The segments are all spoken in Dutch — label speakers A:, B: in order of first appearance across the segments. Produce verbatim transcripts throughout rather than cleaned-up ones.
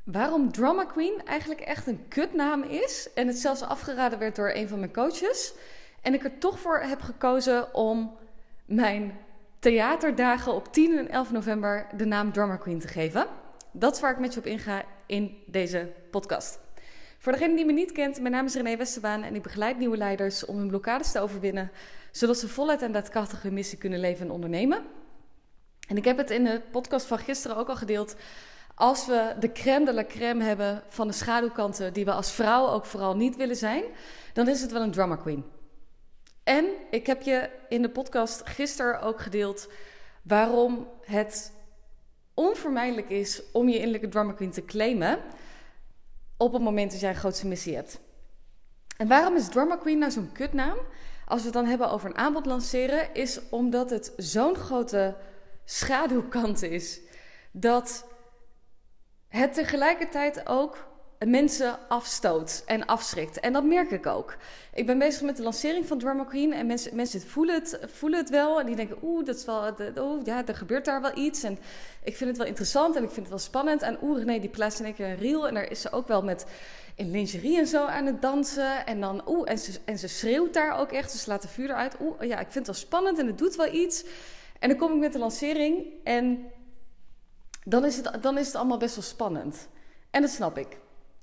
A: waarom drama queen eigenlijk echt een kutnaam is. En het zelfs afgeraden werd door een van mijn coaches. En ik er toch voor heb gekozen om mijn theaterdagen op tien en elf november de naam drama queen te geven. Dat is waar ik met je op inga in deze podcast. Voor degene die me niet kent, mijn naam is René Westerbaan en ik begeleid nieuwe leiders om hun blokkades te overwinnen, zodat ze voluit en daadkrachtig hun missie kunnen leven en ondernemen. En ik heb het in de podcast van gisteren ook al gedeeld. Als we de crème de la crème hebben van de schaduwkanten die we als vrouw ook vooral niet willen zijn, dan is het wel een drama queen. En ik heb je in de podcast gisteren ook gedeeld waarom het onvermijdelijk is om je innerlijke drama queen te claimen op het moment dat jij een grootste missie hebt. En waarom is drama queen nou zo'n kutnaam? Als we het dan hebben over een aanbod lanceren, is omdat het zo'n grote schaduwkant is dat het tegelijkertijd ook mensen afstoot en afschrikt. En dat merk ik ook. Ik ben bezig met de lancering van Drama Queen en mensen, mensen voelen, het, voelen het wel. En die denken, oeh, dat is wel, oeh, ja, er gebeurt daar wel iets. En ik vind het wel interessant en ik vind het wel spannend. En oeh, René, die plaatst in één keer een reel. En daar is ze ook wel met in lingerie en zo aan het dansen. En dan, oeh, en ze, en ze schreeuwt daar ook echt. Ze slaat de vuur eruit. Oeh, ja, ik vind het wel spannend en het doet wel iets. En dan kom ik met de lancering en dan is het, dan is het allemaal best wel spannend. En dat snap ik.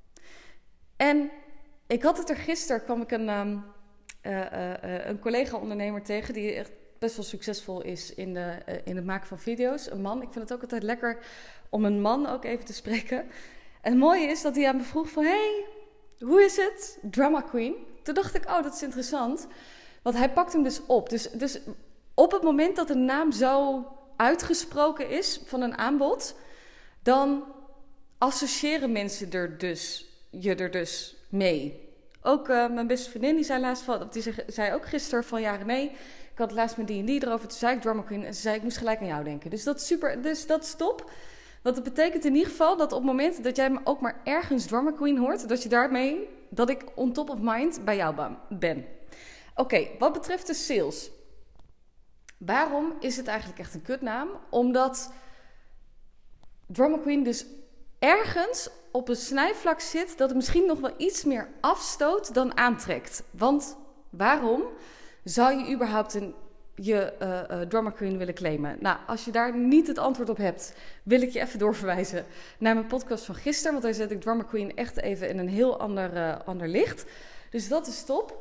A: En ik had het er gisteren, kwam ik een, um, uh, uh, uh, een collega-ondernemer tegen die echt best wel succesvol is in, de, uh, in het maken van video's. Een man. Ik vind het ook altijd lekker om een man ook even te spreken. En het mooie is dat hij aan me vroeg van, hey, hoe is het? Drama Queen. Toen dacht ik, oh, dat is interessant. Want hij pakt hem dus op. Dus, dus op het moment dat een naam zo uitgesproken is van een aanbod, dan associëren mensen er dus, je er dus mee. Ook uh, mijn beste vriendin die zei laatst van, die zei ook gisteren van ja René, ik had laatst met die en die erover, toen zei ik drama queen en ze zei ik moest gelijk aan jou denken. Dus dat is super, dus dat is top. Want dat betekent in ieder geval dat op het moment dat jij me ook maar ergens drama queen hoort, dat je daarmee, dat ik on top of mind bij jou ben. Oké, okay, wat betreft de sales. Waarom is het eigenlijk echt een kutnaam? Omdat drama queen dus ergens op een snijvlak zit dat het misschien nog wel iets meer afstoot dan aantrekt. Want waarom zou je überhaupt een, je uh, uh, drama queen willen claimen? Nou, als je daar niet het antwoord op hebt, wil ik je even doorverwijzen naar mijn podcast van gisteren. Want daar zet ik drama queen echt even in een heel ander, uh, ander licht. Dus dat is top.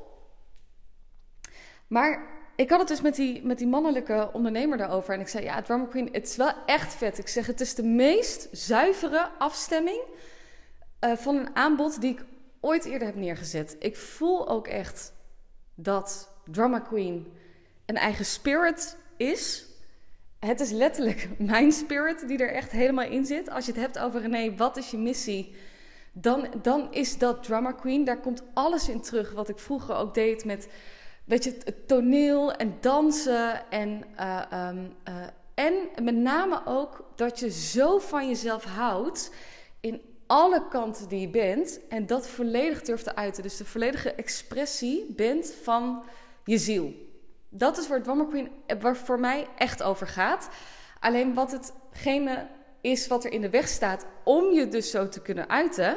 A: Maar ik had het dus met die, met die mannelijke ondernemer daarover. En ik zei, ja, drama queen, het is wel echt vet. Ik zeg, het is de meest zuivere afstemming uh, van een aanbod die ik ooit eerder heb neergezet. Ik voel ook echt dat drama queen een eigen spirit is. Het is letterlijk mijn spirit die er echt helemaal in zit. Als je het hebt over René, wat is je missie? Dan, dan is dat drama queen. Daar komt alles in terug wat ik vroeger ook deed met, weet je, het toneel en dansen. En, uh, um, uh, en met name ook dat je zo van jezelf houdt in alle kanten die je bent. En dat volledig durft te uiten. Dus de volledige expressie bent van je ziel. Dat is waar Drama Queen waar voor mij echt over gaat. Alleen wat hetgene is wat er in de weg staat om je dus zo te kunnen uiten,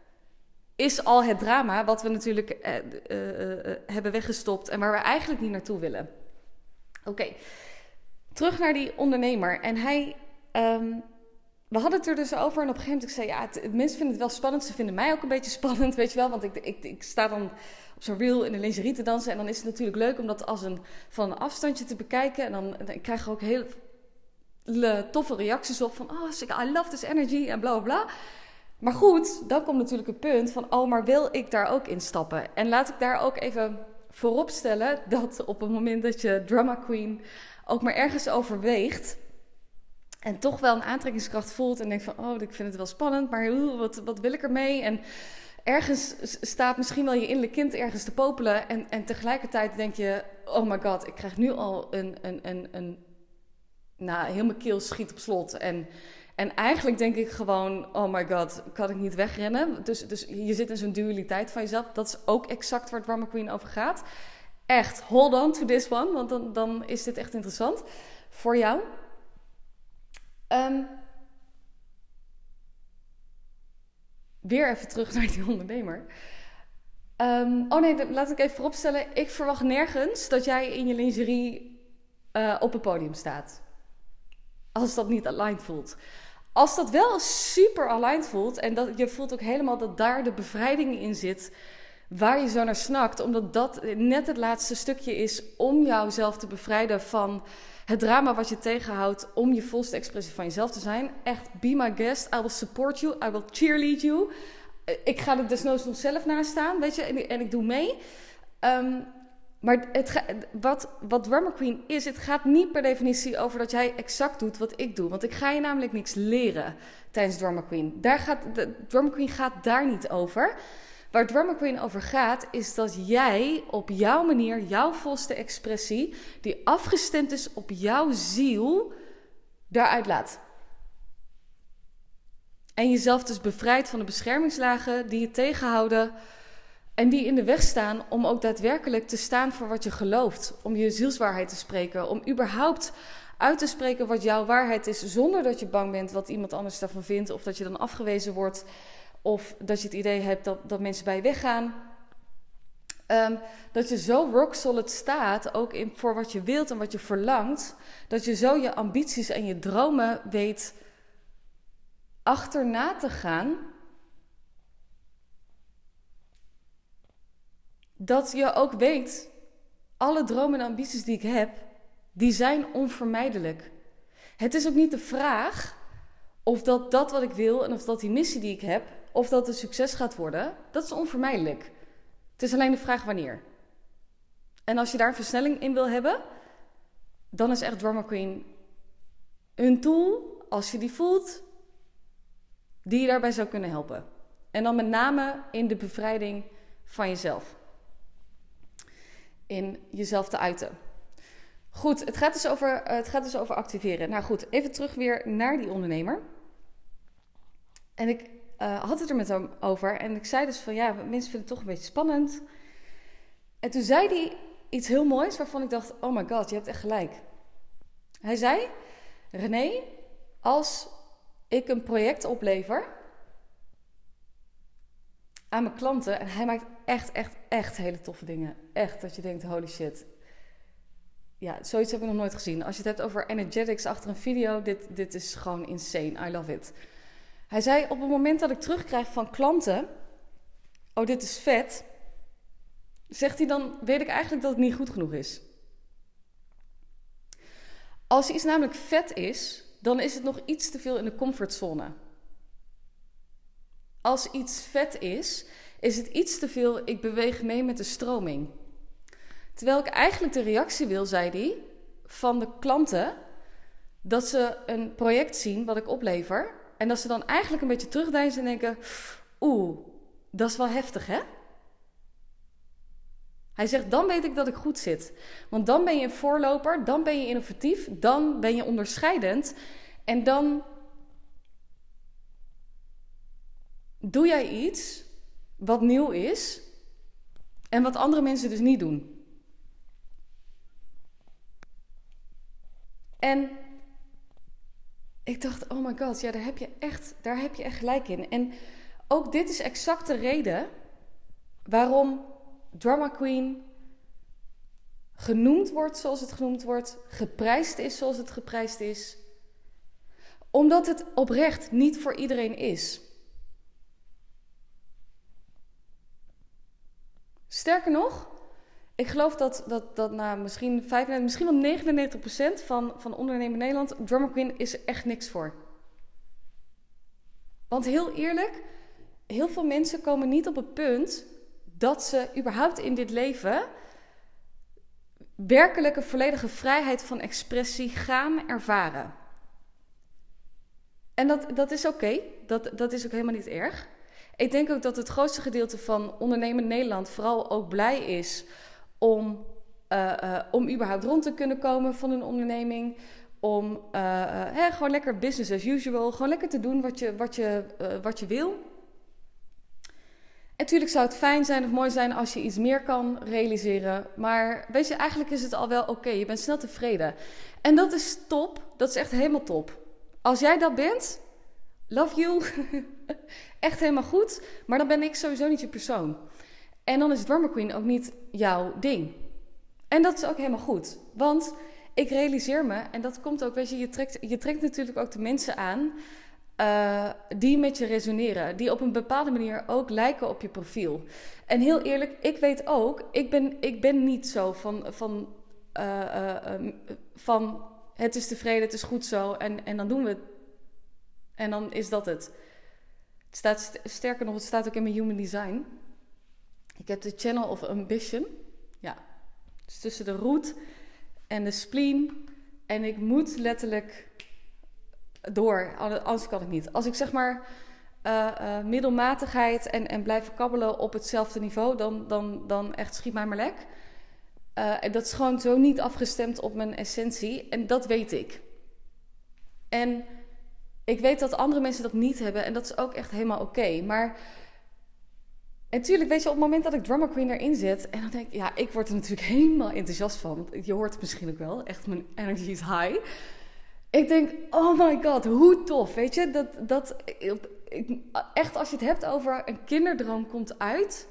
A: is al het drama wat we natuurlijk uh, uh, uh, hebben weggestopt en waar we eigenlijk niet naartoe willen. Oké, okay. Terug naar die ondernemer. En hij, um, we hadden het er dus over en op een gegeven moment ik zei, ja, het, het, mensen vinden het wel spannend. Ze vinden mij ook een beetje spannend, weet je wel. Want ik, ik, ik sta dan op zo'n reel in de lingerie te dansen en dan is het natuurlijk leuk om dat als een, van een afstandje te bekijken. En dan, dan krijg je ook heel toffe reacties op van, oh, I love this energy en bla bla bla. Maar goed, dan komt natuurlijk het punt van, oh, maar wil ik daar ook in stappen? En laat ik daar ook even voorop stellen dat op het moment dat je drama queen ook maar ergens overweegt en toch wel een aantrekkingskracht voelt en denkt van, oh, ik vind het wel spannend, maar uh, wat, wat wil ik ermee? En ergens staat misschien wel je innerlijk kind ergens te popelen en, en tegelijkertijd denk je, oh my god, ik krijg nu al een, een, een, een nou, heel mijn keel schiet op slot en En eigenlijk denk ik gewoon, oh my god, kan ik niet wegrennen? Dus, dus je zit in zo'n dualiteit van jezelf. Dat is ook exact waar Drama Queen over gaat. Echt, hold on to this one, want dan, dan is dit echt interessant voor jou. Um, weer even terug naar die ondernemer. Um, oh nee, laat ik even vooropstellen. Ik verwacht nergens dat jij in je lingerie uh, op het podium staat. Als dat niet aligned voelt. Als dat wel super aligned voelt en dat, je voelt ook helemaal dat daar de bevrijding in zit waar je zo naar snakt, omdat dat net het laatste stukje is om jouzelf te bevrijden van het drama wat je tegenhoudt om je volste expressie van jezelf te zijn. Echt, be my guest, I will support you, I will cheerlead you. Ik ga er desnoods nog zelf naast staan, weet je, en, en ik doe mee. Um, maar het ga, wat, wat Drama Queen is, het gaat niet per definitie over dat jij exact doet wat ik doe. Want ik ga je namelijk niks leren tijdens Drama Queen. Daar gaat, de Drama Queen gaat daar niet over. Waar Drama Queen over gaat, is dat jij op jouw manier, jouw volste expressie, die afgestemd is op jouw ziel, daaruit laat. En jezelf dus bevrijdt van de beschermingslagen die je tegenhouden en die in de weg staan om ook daadwerkelijk te staan voor wat je gelooft. Om je zielswaarheid te spreken, om überhaupt uit te spreken wat jouw waarheid is, zonder dat je bang bent wat iemand anders daarvan vindt, of dat je dan afgewezen wordt, of dat je het idee hebt dat, dat mensen bij je weggaan. Um, dat je zo rock solid staat, ook in, voor wat je wilt en wat je verlangt, dat je zo je ambities en je dromen weet achterna te gaan, dat je ook weet, alle dromen en ambities die ik heb, die zijn onvermijdelijk. Het is ook niet de vraag of dat dat wat ik wil en of dat die missie die ik heb, of dat een succes gaat worden. Dat is onvermijdelijk. Het is alleen de vraag wanneer. En als je daar een versnelling in wil hebben, dan is echt Drama Queen een tool, als je die voelt, die je daarbij zou kunnen helpen. En dan met name in de bevrijding van jezelf. In jezelf te uiten. Goed, het gaat dus over, uh, het gaat dus over activeren. Nou goed, even terug weer naar die ondernemer. En ik uh, had het er met hem over. En ik zei dus van ja, mensen vinden het toch een beetje spannend. En toen zei hij iets heel moois waarvan ik dacht, oh my god, je hebt echt gelijk. Hij zei, René, als ik een project oplever aan mijn klanten, en hij maakt echt, echt, echt hele toffe dingen. Echt, dat je denkt, holy shit. Ja, zoiets heb ik nog nooit gezien. Als je het hebt over energetics achter een video, dit, dit is gewoon insane. I love it. Hij zei, op het moment dat ik terugkrijg van klanten, oh, dit is vet, zegt hij, dan weet ik eigenlijk dat het niet goed genoeg is. Als iets namelijk vet is, dan is het nog iets te veel in de comfortzone. Als iets vet is, is het iets te veel, ik beweeg mee met de stroming. Terwijl ik eigenlijk de reactie wil, zei hij, van de klanten, dat ze een project zien wat ik oplever, en dat ze dan eigenlijk een beetje terugdeinzen en denken, oeh, dat is wel heftig, hè? Hij zegt, dan weet ik dat ik goed zit. Want dan ben je een voorloper, dan ben je innovatief, dan ben je onderscheidend. En dan doe jij iets wat nieuw is en wat andere mensen dus niet doen. En ik dacht, oh my god, ja, daar heb je echt, daar heb je echt gelijk in. En ook dit is exact de reden waarom Drama Queen genoemd wordt zoals het genoemd wordt, geprijsd is zoals het geprijsd is. Omdat het oprecht niet voor iedereen is. Sterker nog, ik geloof dat, dat, dat nou, misschien, vijfennegentig, misschien wel negenennegentig procent van, van ondernemers in Nederland, Drama Queen is er echt niks voor. Want heel eerlijk, heel veel mensen komen niet op het punt dat ze überhaupt in dit leven werkelijke volledige vrijheid van expressie gaan ervaren. En dat, dat is oké, okay. dat, dat is ook helemaal niet erg. Ik denk ook dat het grootste gedeelte van ondernemend Nederland vooral ook blij is om, uh, uh, om überhaupt rond te kunnen komen van een onderneming. Om uh, uh, hè, gewoon lekker business as usual, gewoon lekker te doen wat je, wat je, uh, wat je wil. En natuurlijk zou het fijn zijn of mooi zijn als je iets meer kan realiseren. Maar weet je, eigenlijk is het al wel oké. Okay. Je bent snel tevreden. En dat is top. Dat is echt helemaal top. Als jij dat bent, love you. Echt helemaal goed. Maar dan ben ik sowieso niet je persoon. En dan is drama queen ook niet jouw ding. En dat is ook helemaal goed. Want ik realiseer me, en dat komt ook, weet je, je trekt, je trekt natuurlijk ook de mensen aan uh, die met je resoneren. Die op een bepaalde manier ook lijken op je profiel. En heel eerlijk, ik weet ook, ik ben, ik ben niet zo van, van, uh, uh, um, van het is tevreden, het is goed zo en, en dan doen we het. En dan is dat het. Het staat, sterker nog, het staat ook in mijn human design. Ik heb de channel of ambition. Ja, dus tussen de root en de spleen. En ik moet letterlijk door, anders kan ik niet. Als ik zeg maar uh, uh, middelmatigheid en, en blijf kabbelen op hetzelfde niveau, dan, dan, dan echt schiet mij maar lek. Uh, en dat is gewoon zo niet afgestemd op mijn essentie. En dat weet ik. En ik weet dat andere mensen dat niet hebben. En dat is ook echt helemaal oké. Okay. Maar en natuurlijk, weet je, op het moment dat ik drama queen erin zet, en dan denk ik, ja, ik word er natuurlijk helemaal enthousiast van. Je hoort het misschien ook wel. Echt, mijn energy is high. Ik denk, oh my god, hoe tof, weet je. Dat, dat, ik, echt, als je het hebt over een kinderdroom komt uit,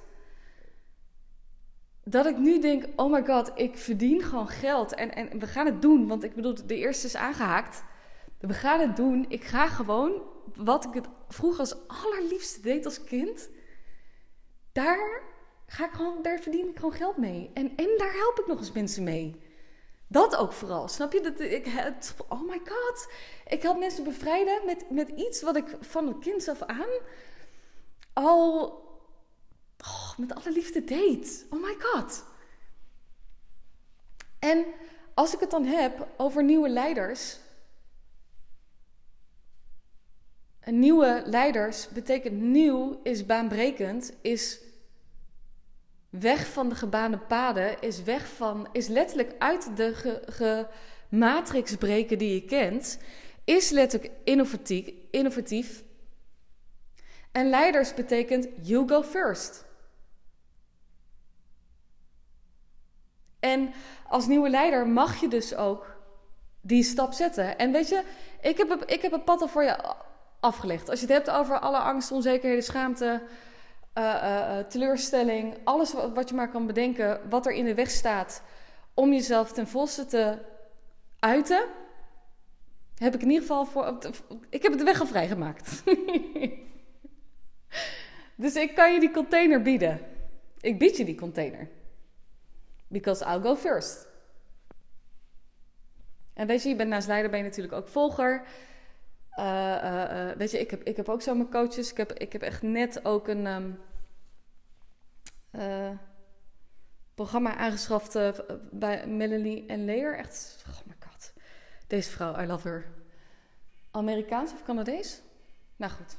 A: dat ik nu denk, oh my god, ik verdien gewoon geld. En, en we gaan het doen, want ik bedoel, de eerste is aangehaakt. We gaan het doen. Ik ga gewoon, wat ik het vroeger als allerliefste deed als kind, daar ga ik gewoon, daar verdien ik gewoon geld mee. En, en daar help ik nog eens mensen mee. Dat ook vooral, snap je? Dat, ik, het, oh my god. Ik help mensen bevrijden met, met iets wat ik van het kind af aan al oh, met alle liefde deed. Oh my god. En als ik het dan heb over nieuwe leiders. En nieuwe leiders betekent nieuw is baanbrekend, is weg van de gebaande paden, is weg van, is letterlijk uit de ge, ge matrix breken die je kent, is letterlijk innovatief, innovatief. En leiders betekent you go first. En als nieuwe leider mag je dus ook die stap zetten. En weet je, ik heb, ik heb een pad al voor je afgelegd. Als je het hebt over alle angst, onzekerheden, schaamte, uh, uh, teleurstelling, alles wat je maar kan bedenken, wat er in de weg staat om jezelf ten volste te uiten, heb ik in ieder geval voor, ik heb het de weg al vrijgemaakt. Dus ik kan je die container bieden. Ik bied je die container. Because I'll go first. En weet je, je bent naast leider ben je natuurlijk ook volger. Uh, uh, uh, weet je, ik heb, ik heb ook zo mijn coaches. Ik heb, ik heb echt net ook een um, uh, programma aangeschaft uh, bij Melanie en Leer. Echt, oh my god. Deze vrouw, I love her. Amerikaans of Canadees? Nou goed.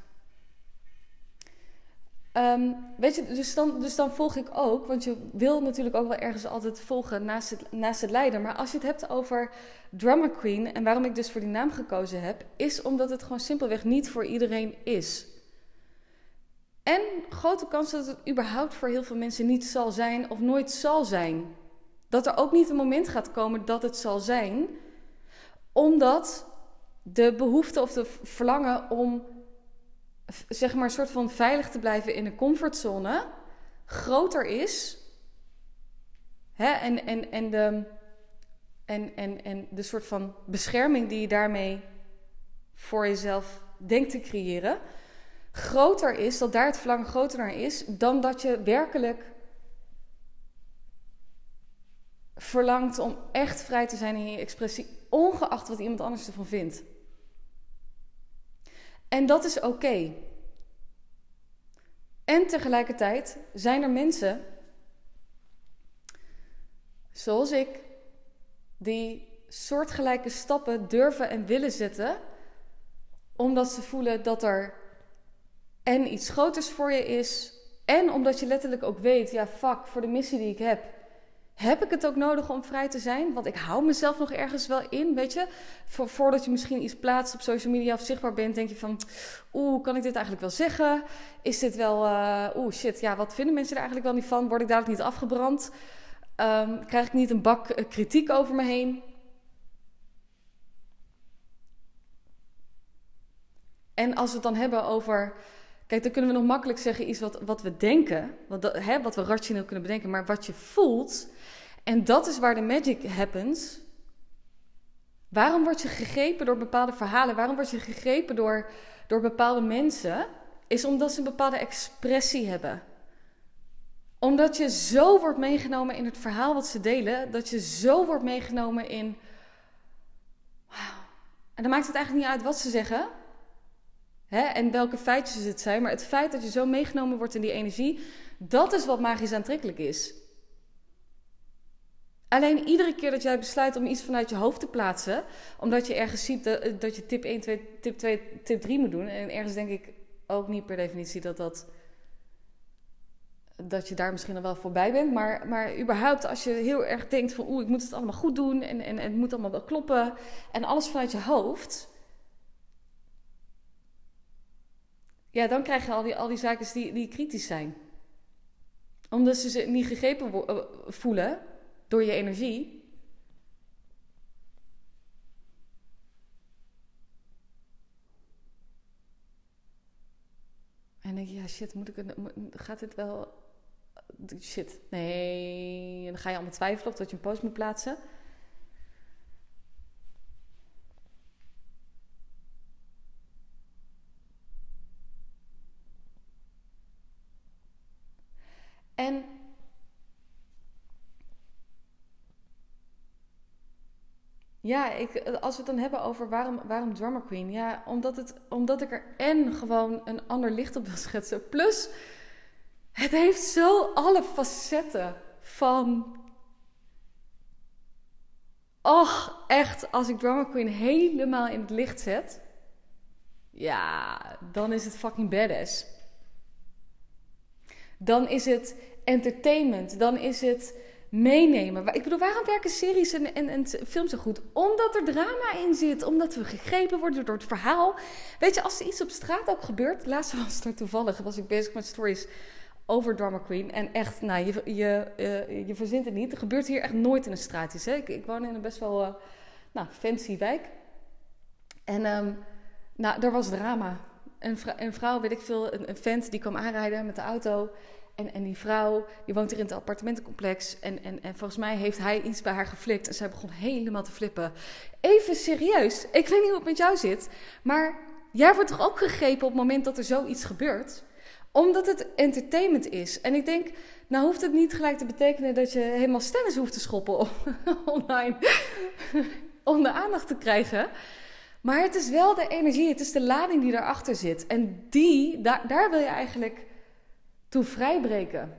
A: Um, weet je, dus dan, dus dan volg ik ook, want je wil natuurlijk ook wel ergens altijd volgen naast het, naast het lijden. Maar als je het hebt over drama queen en waarom ik dus voor die naam gekozen heb, is omdat het gewoon simpelweg niet voor iedereen is. En grote kans dat het überhaupt voor heel veel mensen niet zal zijn of nooit zal zijn. Dat er ook niet een moment gaat komen dat het zal zijn, omdat de behoefte of de verlangen om zeg maar een soort van veilig te blijven in de comfortzone groter is. Hè? En, en, en, de, en, en, en de soort van bescherming die je daarmee voor jezelf denkt te creëren, groter is, dat daar het verlangen groter naar is, dan dat je werkelijk verlangt om echt vrij te zijn in je expressie, ongeacht wat iemand anders ervan vindt. En dat is oké. Okay. En tegelijkertijd zijn er mensen, zoals ik, die soortgelijke stappen durven en willen zetten, omdat ze voelen dat er en iets groters voor je is, en omdat je letterlijk ook weet, ja fuck, voor de missie die ik heb, heb ik het ook nodig om vrij te zijn? Want ik hou mezelf nog ergens wel in, weet je. Vo- voordat je misschien iets plaatst op social media of zichtbaar bent, denk je van, oeh, kan ik dit eigenlijk wel zeggen? Is dit wel, uh, oeh shit, ja, wat vinden mensen er eigenlijk wel niet van? Word ik dadelijk niet afgebrand? Um, krijg ik niet een bak uh, kritiek over me heen? En als we het dan hebben over... Kijk, dan kunnen we nog makkelijk zeggen iets wat, wat we denken. Wat, dat, hè, wat we rationeel kunnen bedenken. Maar wat je voelt. En dat is waar de magic happens. Waarom word je gegrepen door bepaalde verhalen? Waarom word je gegrepen door, door bepaalde mensen? Is omdat ze een bepaalde expressie hebben. Omdat je zo wordt meegenomen in het verhaal wat ze delen. Dat je zo wordt meegenomen in... Wauw. En dan maakt het eigenlijk niet uit wat ze zeggen. Hè? En welke feitjes het zijn. Maar het feit dat je zo meegenomen wordt in die energie. Dat is wat magisch aantrekkelijk is. Alleen iedere keer dat jij besluit om iets vanuit je hoofd te plaatsen. Omdat je ergens ziet dat, dat je tip één, twee, tip twee, tip drie moet doen. En ergens denk ik ook niet per definitie dat dat... dat je daar misschien al wel voorbij bent. Maar, maar überhaupt als je heel erg denkt van... oeh, ik moet het allemaal goed doen. En, en, en het moet allemaal wel kloppen. En alles vanuit je hoofd. Ja, dan krijg je al die, al die zaken die, die kritisch zijn. Omdat ze zich niet gegrepen wo- voelen door je energie. En dan denk je, ja shit, moet ik het, gaat dit wel... Shit, nee. En dan ga je allemaal twijfelen of dat je een post moet plaatsen. En ja, ik, als we het dan hebben over waarom, waarom Drama Queen. Ja, omdat, het, omdat ik er en gewoon een ander licht op wil schetsen. Plus, het heeft zo alle facetten van... Och, echt, als ik Drama Queen helemaal in het licht zet... Ja, dan is het fucking badass. Dan is het entertainment. Dan is het meenemen. Ik bedoel, waarom werken series en, en, en films zo goed? Omdat er drama in zit. Omdat we gegrepen worden door het verhaal. Weet je, als er iets op straat ook gebeurt... Laatst was er toevallig, was ik bezig met stories over Drama Queen. En echt, nou, je, je, uh, je verzint het niet. Er gebeurt hier echt nooit in de straatjes. Hè? Ik, ik woon in een best wel uh, nou, fancy wijk. En um, nou, er was drama. Een, vrou- een vrouw, weet ik veel, een, een vent die kwam aanrijden met de auto... En, en die vrouw, die woont hier in het appartementencomplex. En, en, en volgens mij heeft hij iets bij haar geflikt. En zij begon helemaal te flippen. Even serieus, ik weet niet hoe het met jou zit. Maar jij wordt toch ook gegrepen op het moment dat er zoiets gebeurt? Omdat het entertainment is. En ik denk, nou hoeft het niet gelijk te betekenen dat je helemaal stennis hoeft te schoppen online. Om de aandacht te krijgen. Maar het is wel de energie, het is de lading die daarachter zit. En die, daar, daar wil je eigenlijk... toe vrijbreken.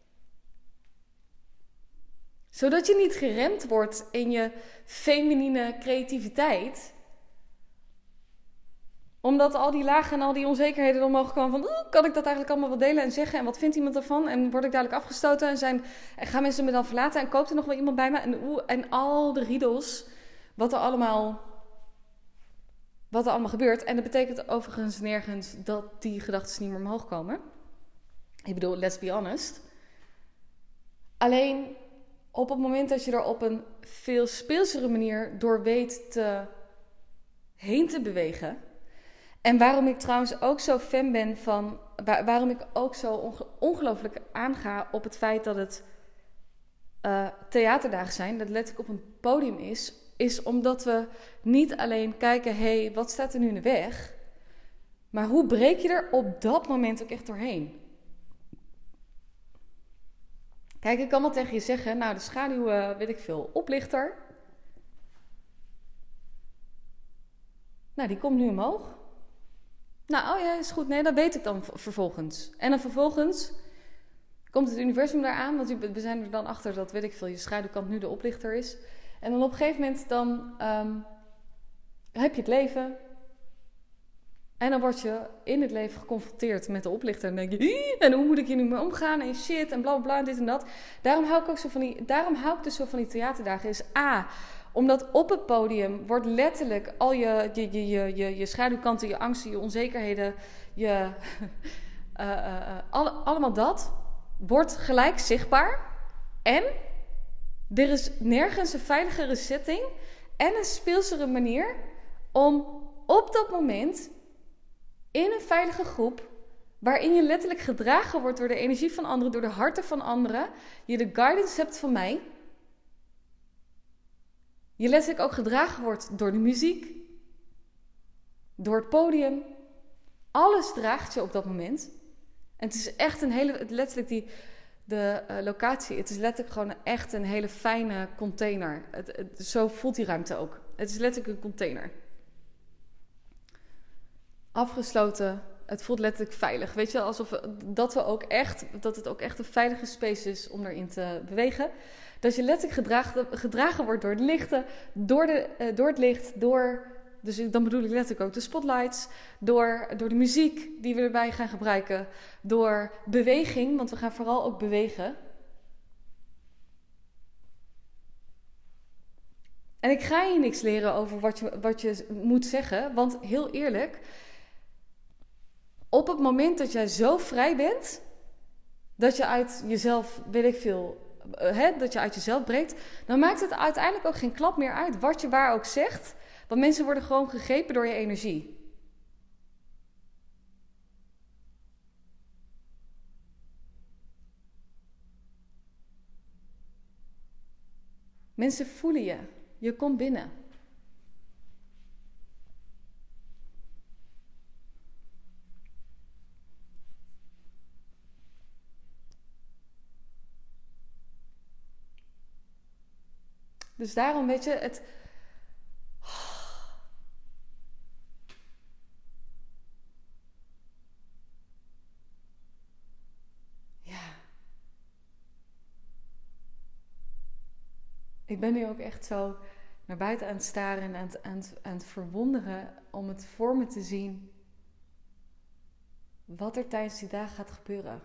A: Zodat je niet geremd wordt in je feminine creativiteit. Omdat al die lagen en al die onzekerheden omhoog komen van... kan ik dat eigenlijk allemaal wel delen en zeggen? En wat vindt iemand ervan? En word ik dadelijk afgestoten? En, zijn, en gaan mensen me dan verlaten? En koopt er nog wel iemand bij me? En, oe, en al de riedels. Wat er allemaal... Wat er allemaal gebeurt. En dat betekent overigens nergens dat die gedachten niet meer omhoog komen. Ik bedoel, let's be honest. Alleen op het moment dat je er op een veel speelsere manier door weet te heen te bewegen. En waarom ik trouwens ook zo fan ben van... Waar, waarom ik ook zo onge- ongelooflijk aanga op het feit dat het uh, theaterdagen zijn. Dat letterlijk op een podium is. Is omdat we niet alleen kijken, hé, hey, wat staat er nu in de weg? Maar hoe breek je er op dat moment ook echt doorheen? Kijk, ik kan wel tegen je zeggen, nou de schaduw, uh, weet ik veel, oplichter. Nou, die komt nu omhoog. Nou, oh ja, is goed. Nee, dat weet ik dan v- vervolgens. En dan vervolgens komt het universum daar aan, want we zijn er dan achter dat, weet ik veel, je schaduwkant nu de oplichter is. En dan op een gegeven moment dan um, heb je het leven. En dan word je in het leven geconfronteerd met de oplichter. En dan denk je, en hoe moet ik hier nu mee omgaan? En shit, en bla bla, dit en dat. Daarom hou ik ook zo van die, daarom hou ik dus zo van die theaterdagen. Is A, omdat op het podium wordt letterlijk al je, je, je, je, je, je schaduwkanten, je angsten, je onzekerheden, je, uh, uh, alle, allemaal dat wordt gelijk zichtbaar. En er is nergens een veiligere setting en een speelsere manier om op dat moment in een veilige groep, waarin je letterlijk gedragen wordt door de energie van anderen, door de harten van anderen. Je de guidance hebt van mij. Je letterlijk ook gedragen wordt door de muziek, door het podium. Alles draagt je op dat moment. En het is echt een hele, letterlijk die, de uh, locatie, het is letterlijk gewoon echt een hele fijne container. Het, het, zo voelt die ruimte ook. Het is letterlijk een container. Afgesloten. Het voelt letterlijk veilig. Weet je, alsof we, dat, we ook echt, dat het ook echt een veilige space is om erin te bewegen. Dat je letterlijk gedragen, gedragen wordt door het lichten, door, de, uh, door het licht, door, dus dan bedoel ik letterlijk ook de spotlights, door, door de muziek die we erbij gaan gebruiken, door beweging, want we gaan vooral ook bewegen. En ik ga je niks leren over wat je, wat je moet zeggen, want heel eerlijk, op het moment dat jij zo vrij bent, dat je uit jezelf, weet ik veel, hè, dat je uit jezelf breekt, dan maakt het uiteindelijk ook geen klap meer uit wat je waar ook zegt, want mensen worden gewoon gegrepen door je energie. Mensen voelen je. Je komt binnen. Dus daarom weet je, het... Ja. Ik ben nu ook echt zo naar buiten aan het staren en aan het, aan het, aan het verwonderen om het voor me te zien wat er tijdens die dagen gaat gebeuren.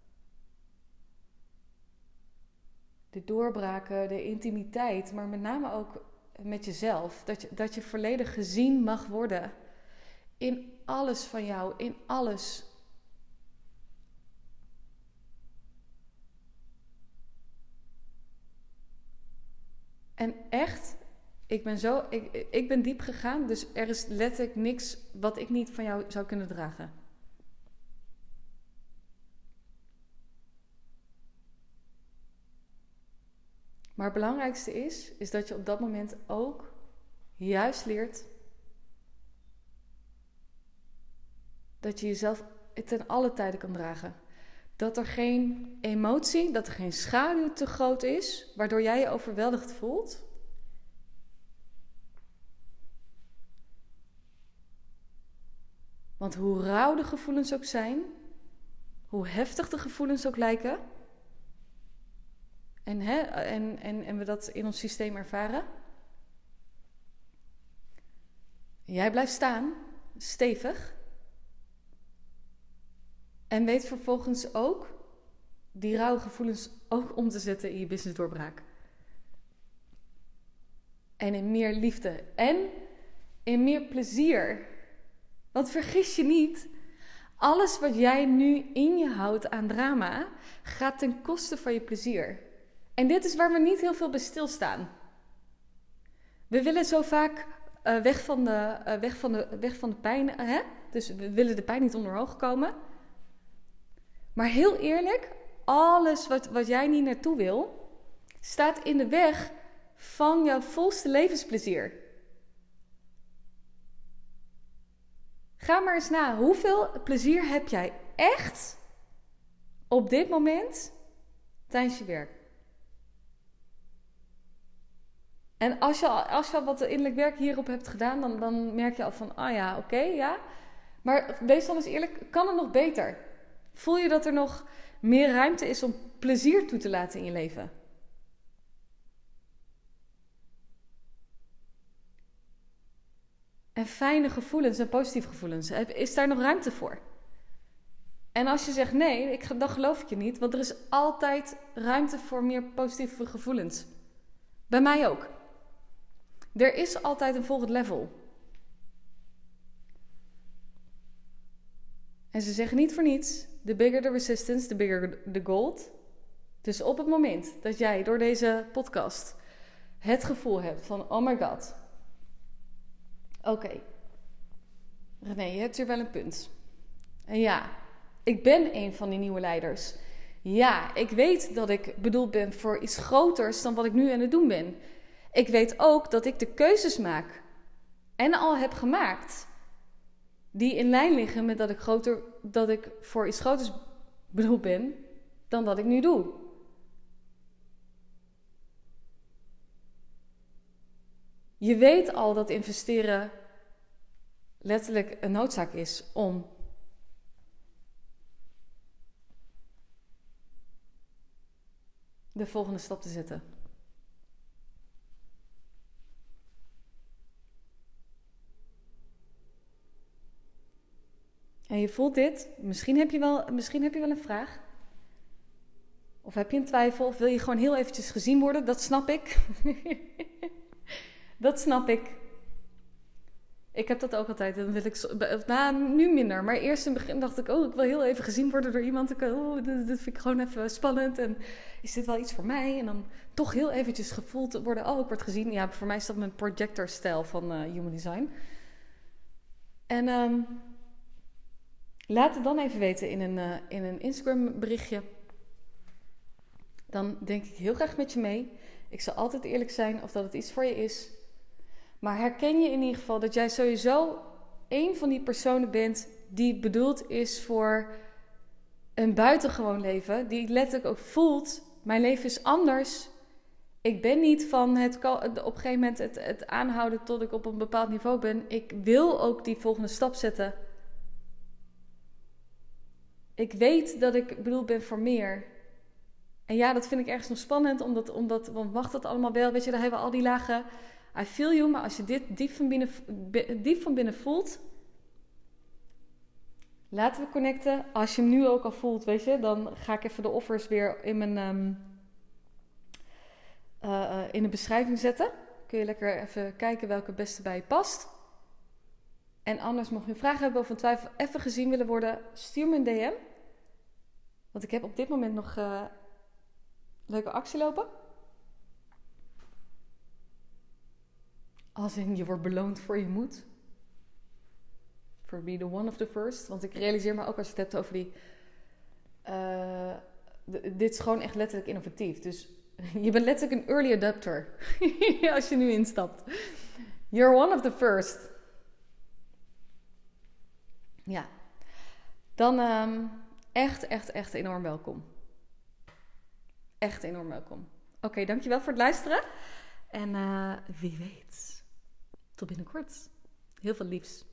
A: De doorbraken, de intimiteit, maar met name ook met jezelf. Dat je, dat je volledig gezien mag worden. In alles van jou, in alles. En echt, ik ben zo, ik, ik ben diep gegaan, dus er is letterlijk niks wat ik niet van jou zou kunnen dragen. Maar het belangrijkste is, is dat je op dat moment ook juist leert dat je jezelf ten alle tijden kan dragen. Dat er geen emotie, dat er geen schaduw te groot is, waardoor jij je overweldigd voelt. Want hoe rauw de gevoelens ook zijn, hoe heftig de gevoelens ook lijken, En, hè, en, en, en we dat in ons systeem ervaren. Jij blijft staan, stevig. En weet vervolgens ook die rauwe gevoelens ook om te zetten in je business doorbraak. En in meer liefde. En in meer plezier. Want vergis je niet, alles wat jij nu in je houdt aan drama, gaat ten koste van je plezier. En dit is waar we niet heel veel bij stilstaan. We willen zo vaak uh, weg, van de, uh, weg, van de, weg van de pijn. Uh, hè? Dus we willen de pijn niet onder ogen komen. Maar heel eerlijk, alles wat, wat jij niet naartoe wil, staat in de weg van jouw volste levensplezier. Ga maar eens na. Hoeveel plezier heb jij echt op dit moment tijdens je werk? En als je, als je al wat innerlijk werk hierop hebt gedaan, dan, dan merk je al van, ah ja, oké, okay, ja. Maar wees dan eens eerlijk, kan het nog beter? Voel je dat er nog meer ruimte is om plezier toe te laten in je leven? En fijne gevoelens en positieve gevoelens, is daar nog ruimte voor? En als je zegt nee, ik, dan geloof ik je niet, want er is altijd ruimte voor meer positieve gevoelens. Bij mij ook. Er is altijd een volgend level. En ze zeggen niet voor niets, the bigger the resistance, the bigger the gold. Dus op het moment dat jij door deze podcast het gevoel hebt van, oh my god. Oké, okay. René, je hebt hier wel een punt. En ja, ik ben een van die nieuwe leiders. Ja, ik weet dat ik bedoeld ben voor iets groters dan wat ik nu aan het doen ben. Ik weet ook dat ik de keuzes maak en al heb gemaakt die in lijn liggen met dat ik, groter, dat ik voor iets groters bedoeld ben dan dat ik nu doe. Je weet al dat investeren letterlijk een noodzaak is om de volgende stap te zetten. En je voelt dit. Misschien heb je wel, misschien heb je wel een vraag. Of heb je een twijfel. Of wil je gewoon heel eventjes gezien worden. Dat snap ik. Dat snap ik. Ik heb dat ook altijd. Dan wil ik, nou, nu minder. Maar eerst in het begin dacht ik, oh, ik wil heel even gezien worden door iemand. Ik, oh, dit, dit vind ik gewoon even spannend. En is dit wel iets voor mij? En dan toch heel eventjes gevoeld worden, oh, ik word gezien. Ja, voor mij is dat mijn projector-stijl van uh, Human Design. En um, laat het dan even weten in een, uh, in een Instagram berichtje. Dan denk ik heel graag met je mee. Ik zal altijd eerlijk zijn of dat het iets voor je is. Maar herken je in ieder geval dat jij sowieso één van die personen bent die bedoeld is voor een buitengewoon leven. Die letterlijk ook voelt, mijn leven is anders. Ik ben niet van het op een gegeven moment het, het aanhouden tot ik op een bepaald niveau ben. Ik wil ook die volgende stap zetten. Ik weet dat ik bedoeld ben voor meer. En ja, dat vind ik ergens nog spannend, omdat, omdat want mag dat allemaal wel? Weet je, daar hebben we al die lagen. I feel you, maar als je dit diep van binnen, diep van binnen voelt, laten we connecten. Als je hem nu ook al voelt, weet je, dan ga ik even de offers weer in mijn um, uh, in de beschrijving zetten. Kun je lekker even kijken welke het beste bij je past. En anders mocht je een vraag hebben of een twijfel even gezien willen worden, stuur me een D M. Want ik heb op dit moment nog uh, leuke actie lopen. Als in, je wordt beloond voor je moed. For be the one of the first. Want ik realiseer me ook als je het hebt over die... Uh, d- dit is gewoon echt letterlijk innovatief. Dus je bent letterlijk een early adapter. Als je nu instapt. You're one of the first. Ja. Dan um, echt, echt, echt enorm welkom. Echt enorm welkom. Oké, okay, dankjewel voor het luisteren. En uh, wie weet... Tot binnenkort. Heel veel liefs.